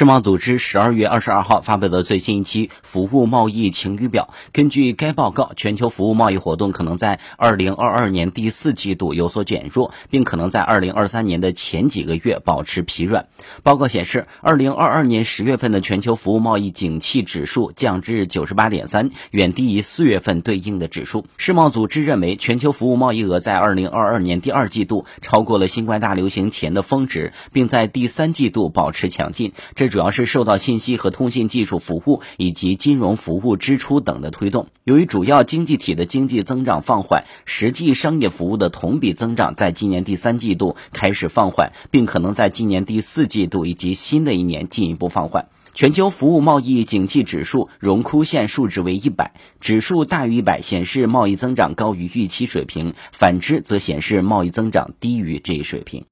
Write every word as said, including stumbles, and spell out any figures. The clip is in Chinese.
世贸组织十二月二十二号发表的最新一期服务贸易晴雨表，根据该报告，全球服务贸易活动可能在二零二二年第四季度有所减弱，并可能在二零二三年的前几个月保持疲软。报告显示，二零二二年十月份的全球服务贸易景气指数降至 九十八点三， 远低于四月份对应的指数。世贸组织认为，全球服务贸易额在二零二二年第二季度超过了新冠大流行前的峰值，并在第三季度保持强劲。这主要是受到信息和通信技术服务以及金融服务支出等的推动。由于主要经济体的经济增长放缓，实际商业服务的同比增长在今年第三季度开始放缓，并可能在今年第四季度以及新的一年进一步放缓。全球服务贸易景气指数荣枯线数值为一百，指数大于一百显示贸易增长高于预期水平，反之则显示贸易增长低于这一水平。